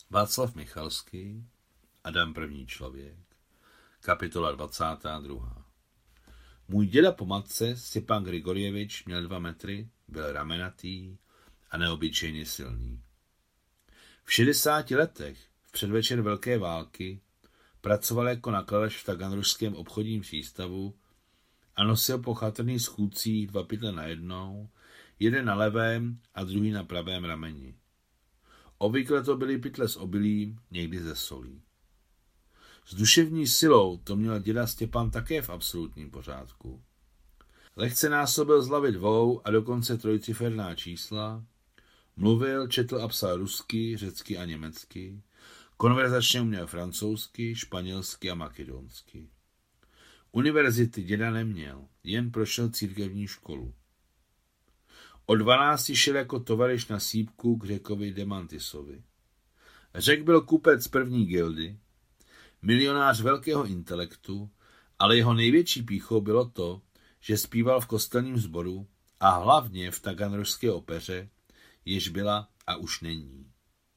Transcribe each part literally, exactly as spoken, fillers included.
Václav Michalský, Adam první člověk, kapitola dvacátá druhá. Můj děda po matce, Stěpán Grigorjevič, měl dva metry, byl ramenatý a neobyčejně silný. V šedesáti letech, v předvečer Velké války, pracoval jako nakladač v taganrogském obchodním přístavu a nosil po chatrných schůdcích dva pytle najednou, jeden na levém a druhý na pravém rameni. Obvykle to byly pytle s obilím, někdy ze solí. S duševní silou to měl děda Stěpán také v absolutním pořádku. Lehce násobil z hlavy dvou a dokonce trojciferná čísla, mluvil, četl a psal rusky, řecky a německy, konverzačně uměl francouzsky, španělsky a makedonsky. Univerzity děda neměl, jen prošel církevní školu. Od dvanácti šel jako tovariš na sýpku k Řekovi Demantisovi. Řek byl kupec první gildy, milionář velkého intelektu, ale jeho největší pýchou bylo to, že zpíval v kostelním sboru a hlavně v taganrogské opeře, jež byla a už není.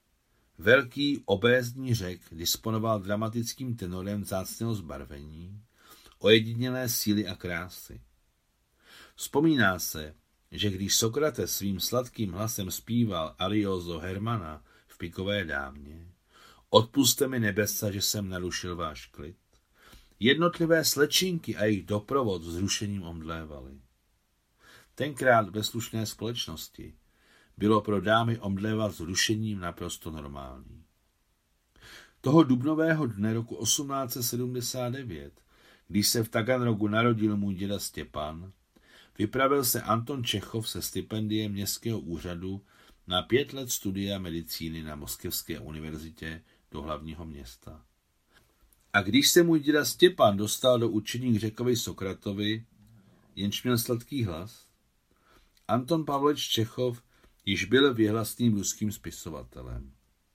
Velký obézní Řek disponoval dramatickým tenorem vzácného zbarvení, ojedinělé síly a krásy. Vzpomíná se, že když Sokrates svým sladkým hlasem zpíval Arioso Hermana v Pikové dámě, odpusťte mi nebesa, že jsem narušil váš klid, jednotlivé slečinky a jejich doprovod vzrušením omdlévaly. Tenkrát ve slušné společnosti bylo pro dámy omdlévat vzrušením naprosto normální. Toho dubnového dne roku osmnáct set sedmdesát devět, když se v Taganrogu narodil můj děda Stěpán, vypravil se Anton Čechov se stipendiem městského úřadu na pět let studia medicíny na Moskevské univerzitě do hlavního města. A když se můj děda Stěpán dostal do učení k Řekovi Sokratovi, jenž měl sladký hlas, Anton Pavlovič Čechov již byl věhlasným ruským spisovatelem.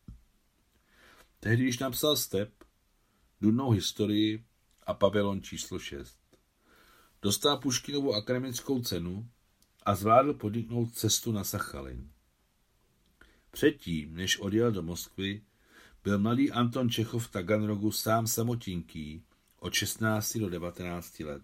Tehdy již napsal Step, Nudnou historii a Pavilon číslo šest. Dostal Puškinovu akademickou cenu a zvládl podniknout cestu na Sachalin. Předtím, než odjel do Moskvy, byl mladý Anton Čechov v Taganrogu sám samotinký od šestnácti do devatenácti let.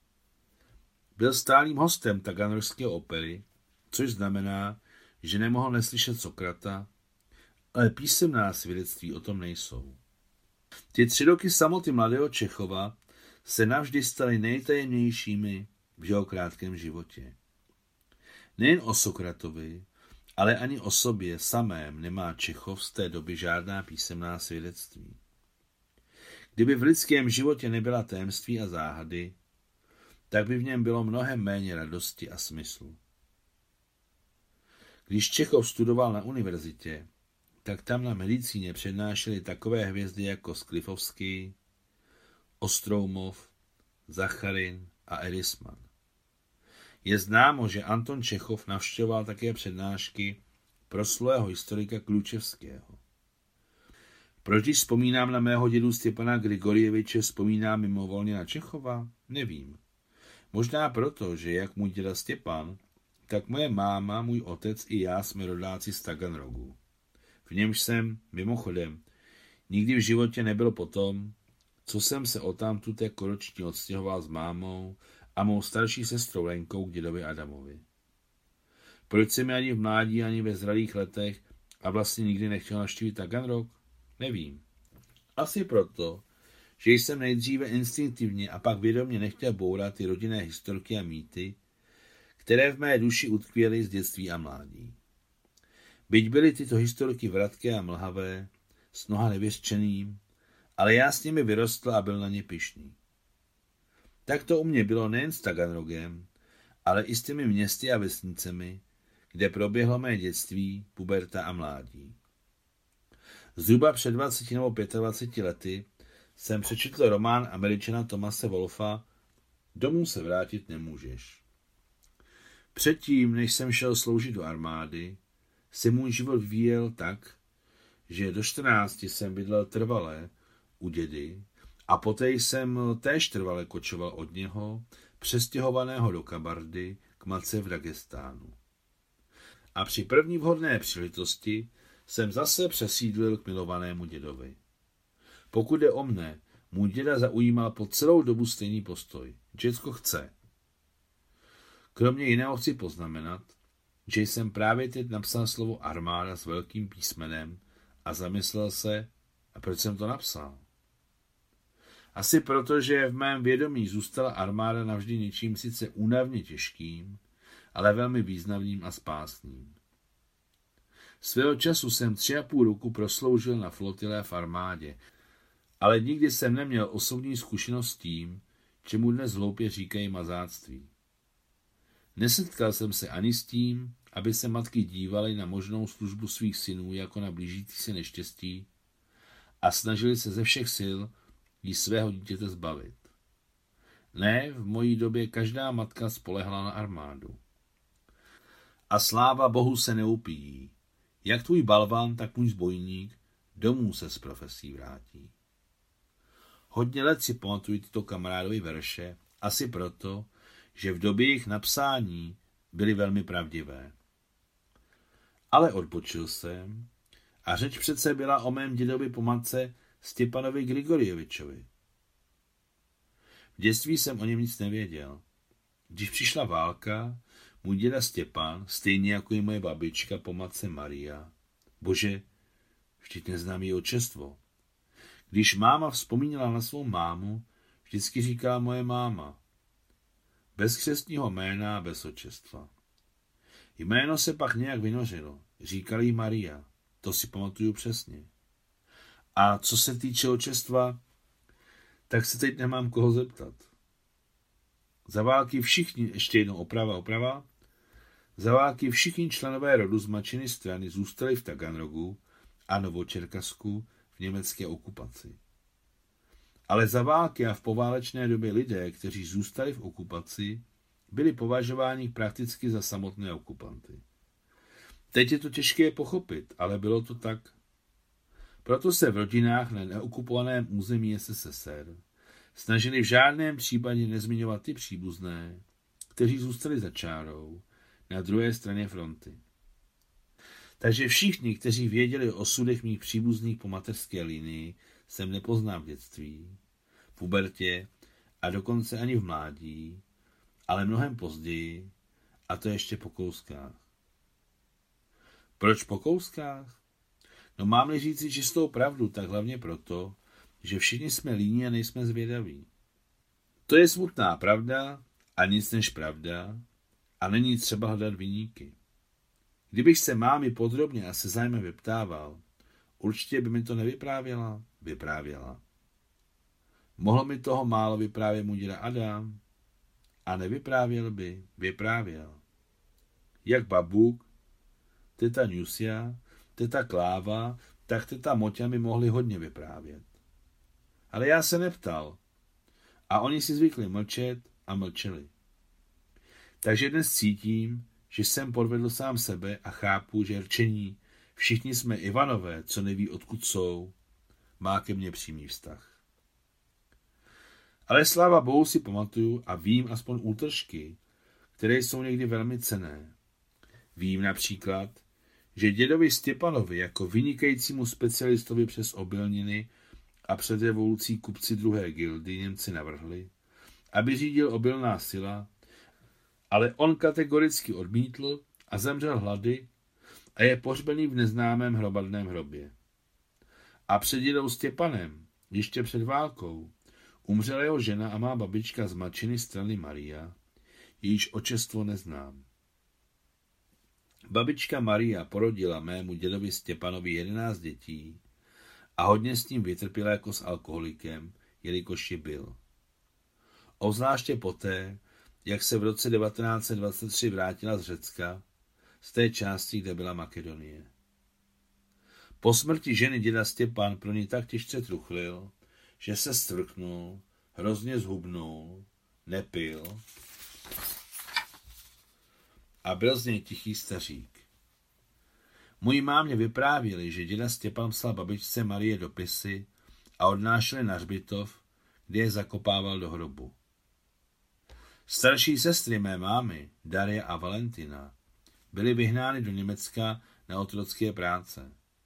Byl stálým hostem taganrogské opery, což znamená, že nemohl neslyšet Sokrata, ale písemná svědectví o tom nejsou. Ty tři roky samoty mladého Čechova se navždy staly nejtajemnějšími v jeho krátkém životě. Nejen o Sokratovi, ale ani o sobě samém nemá Čechov z té doby žádná písemná svědectví. Kdyby v lidském životě nebyla tajemství a záhady, tak by v něm bylo mnohem méně radosti a smyslu. Když Čechov studoval na univerzitě, tak tam na medicíně přednášeli takové hvězdy jako Sklifovský, Ostroumov, Zacharin a Erisman. Je známo, že Anton Čechov navštěvoval také přednášky proslulého historika Klučevského. Proč, když vzpomínám na mého dědu Stěpana Grigorjeviče, vzpomínám mimovolně na Čechova? Nevím. Možná proto, že jak můj děda Stěpan, tak moje máma, můj otec i já jsme rodáci z Taganrogu. V němž jsem, mimochodem, nikdy v životě nebyl potom, co jsem se odtamtud jako roční odstěhoval s mámou a mou starší sestrou Lenkou k dědovi Adamovi. Proč jsem ani v mládí, ani ve zralých letech a vlastně nikdy nechtěl navštívit Taganrog? Nevím. Asi proto, že jsem nejdříve instinktivně a pak vědomě nechtěl bourat ty rodinné historky a mýty, které v mé duši utkvěly z dětství a mládí. Byť byly tyto historky vratké a mlhavé, s mnoha nevěřčeným, ale já s nimi vyrostl a byl na ně pyšný. Tak to u mě bylo nejen s Taganrogem, ale i s těmi městy a vesnicemi, kde proběhlo mé dětství, puberta a mládí. Zhruba před dvaceti nebo dvaceti pěti lety jsem přečetl román Američana Thomase Wolfa Domů se vrátit nemůžeš. Předtím, než jsem šel sloužit do armády, se můj život vyvíjel tak, že do čtrnácti jsem bydlel trvale u dědy a poté jsem též trvale kočoval od něho, přestěhovaného do Kabardy k matce v Dagestánu. A při první vhodné příležitosti jsem zase přesídlil k milovanému dědovi. Pokud jde o mne, můj děda zaujímal po celou dobu stejný postoj. Děcko chce. Kromě jiného chci poznamenat, že jsem právě teď napsal slovo armáda s velkým písmenem a zamyslel se, a proč jsem to napsal. Asi proto, že v mém vědomí zůstala armáda navždy něčím sice únavně těžkým, ale velmi významným a spásným. Svého času jsem tři a půl roku prosloužil na flotile v armádě, ale nikdy jsem neměl osobní zkušenost s tím, čemu dnes hloupě říkají mazáctví. Nesetkal jsem se ani s tím, aby se matky dívaly na možnou službu svých synů jako na blížící se neštěstí a snažili se ze všech sil jí svého dítěte zbavit. Ne, v mojí době každá matka spolehla na armádu. A sláva Bohu se neupíjí. Jak tvůj balvan, tak můj zbojník domů se s profesí vrátí. Hodně let si pamatuji tyto kamarádovi verše, asi proto, že v době jejich napsání byly velmi pravdivé. Ale odbočil jsem a řeč přece byla o mém dědovi po matce Stěpanovi Grigorjevičovi. V dětství jsem o něm nic nevěděl. Když přišla válka, můj děda Stěpan, stejně jako i moje babička po matce Maria, bože, vždyť neznám její otčestvo. Když máma vzpomínala na svou mámu, vždycky říkala moje máma. Bez křestního jména a bez otčestva. Jméno se pak nějak vynořilo. Říkali jí Maria. To si pamatuju přesně. A co se týče otčestva, tak se teď nemám koho zeptat. Za války všichni, ještě jednou oprava, oprava, za války všichni členové rodu z matčiny strany zůstali v Taganrogu a Novočerkasku v německé okupaci. Ale za války a v poválečné době lidé, kteří zůstali v okupaci, byli považováni prakticky za samotné okupanty. Teď je to těžké pochopit, ale bylo to tak. Proto se v rodinách na neokupovaném území S S S R snažili v žádném případě nezmiňovat ty příbuzné, kteří zůstali za čárou na druhé straně fronty. Takže všichni, kteří věděli o osudech mých příbuzných po mateřské linii, jsem nepoznal v dětství, v pubertě a dokonce ani v mládí, ale mnohem později, a to ještě po kouskách. Proč po kouskách? No mám-li říci čistou pravdu, tak hlavně proto, že všichni jsme líní a nejsme zvědaví. To je smutná pravda a nic než pravda a není třeba hledat viníky. Kdybych se mámy podrobně a se zájmem vyptával, určitě by mi to nevyprávěla, vyprávěla. Mohl mi toho málo vyprávět můj děda Adam a nevyprávěl by, vyprávěl. Jak babuk, teta Nusia, teta Kláva, tak teta Moťa mi mohli hodně vyprávět. Ale já se neptal a oni si zvykli mlčet a mlčeli. Takže dnes cítím, že jsem podvedl sám sebe a chápu, že rčení všichni jsme Ivanové, co neví, odkud jsou, má ke mně přímý vztah. Ale sláva Bohu si pamatuju a vím aspoň útržky, které jsou někdy velmi cenné. Vím například, že dědovi Stěpanovi jako vynikajícímu specialistovi přes obilniny a před revolucí kupci druhé gildy Němci navrhli, aby řídil obilná sila, ale on kategoricky odmítl a zemřel hlady a je pohřbený v neznámém hromadném hrobě. A před dědou Stěpanem, ještě před válkou, umřela jeho žena a má babička z matčiny strany Maria, jejíž otčestvo neznám. Babička Maria porodila mému dědovi Stěpanovi jedenáct dětí a hodně s ním vytrpěla jako s alkoholikem, jelikož je byl. Obzvláště poté, jak se v roce devatenáct set dvacet tři vrátila z Řecka, z té části, kde byla Makedonie. Po smrti ženy děda Stěpan pro ní tak těžce truchlil, že se stvrknul, hrozně zhubnul, nepil a byl z něj tichý stařík. Moji mámě vyprávěli, že děda Stěpan psal babičce Marie dopisy a odnášeli na hřbitov, kde je zakopával do hrobu. Starší sestry mé mámy, Daria a Valentina, byly vyhnány do Německa na otrocké práce.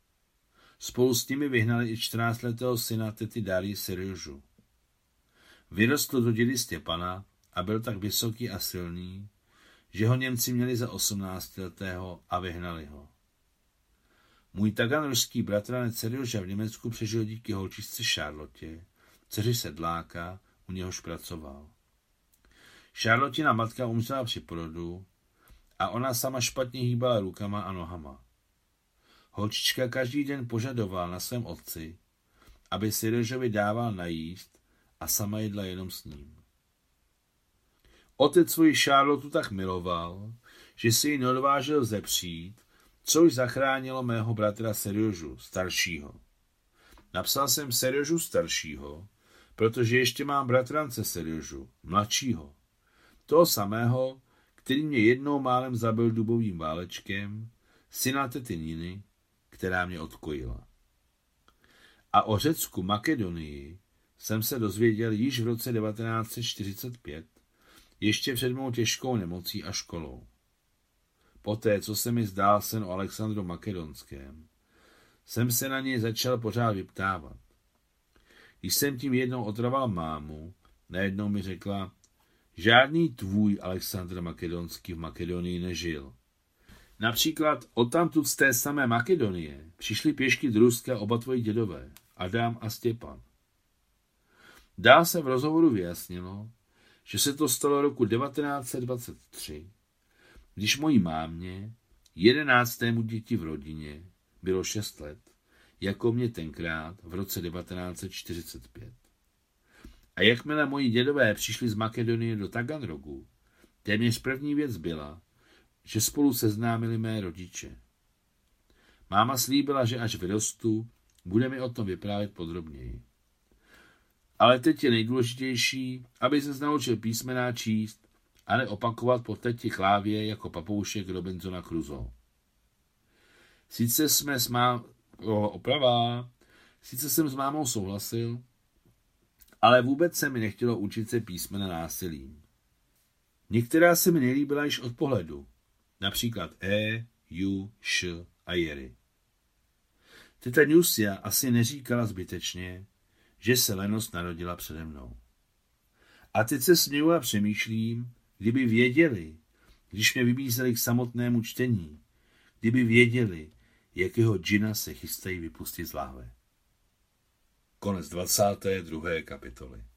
Spolu s nimi vyhnali i čtrnáctiletého syna tety Dárii Serjožu. Vyrostl do dědy Stěpana a byl tak vysoký a silný, že ho Němci měli za osmnáctiletého a vyhnali ho. Můj taganrožský bratranec Serjoža v Německu přežil díky holčičce Charlotte, dceři sedláka, u něhož pracoval. Charlottina matka umřela při porodu a ona sama špatně hýbala rukama a nohama. Holčička každý den požadovala na svém otci, aby Serjožovi dával najíst a sama jedla jenom s ním. Otec svoji Charlotu tak miloval, že si ji neodvážil zepřít, což zachránilo mého bratra Serjožu, staršího. Napsal jsem Serjožu staršího, protože ještě mám bratrance Serjožu, mladšího. Toho samého, který mě jednou málem zabil dubovým válečkem, syna tety Niny, která mě odkojila. A o Řecku Makedonii jsem se dozvěděl již v roce devatenáct set čtyřicet pět, ještě před mou těžkou nemocí a školou. Poté, co se mi zdál sen o Alexandru Makedonském, jsem se na něj začal pořád vyptávat. Když jsem tím jednou otrval mámu, najednou mi řekla, žádný tvůj Alexandr Makedonský v Makedonii nežil. Například odtamtud z té samé Makedonie přišli pěšky z Ruska oba tvoji dědové, Adam a Stěpan. Dál se v rozhovoru vyjasnilo, že se to stalo roku devatenáct set dvacet tři, když mojí mámě, jedenáctému děti v rodině, bylo šest let, jako mě tenkrát v roce devatenáct set čtyřicet pět. A jakmile moji dědové přišli z Makedonie do Taganrogu, téměř první věc byla, že spolu seznámili mé rodiče. Máma slíbila, že až vyrostu, bude mi o tom vyprávět podrobněji. Ale teď je nejdůležitější, aby se naučil písmena číst a neopakovat po teti klávě jako papoušek Robinsona Crusoe. Sice jsme s mámou opravá, sice jsem s mámou souhlasil, ale vůbec se mi nechtělo učit se písmena násilím. Některá se mi nelíbila již od pohledu, například E, Ju, Š a Jery. Teta Nusia asi neříkala zbytečně, že se lenost narodila přede mnou. A teď se směju a přemýšlím, kdyby věděli, když mě vybízeli k samotnému čtení, kdyby věděli, jakého džina se chystají vypustit z láhve. Konec dvacáté druhé kapitoly.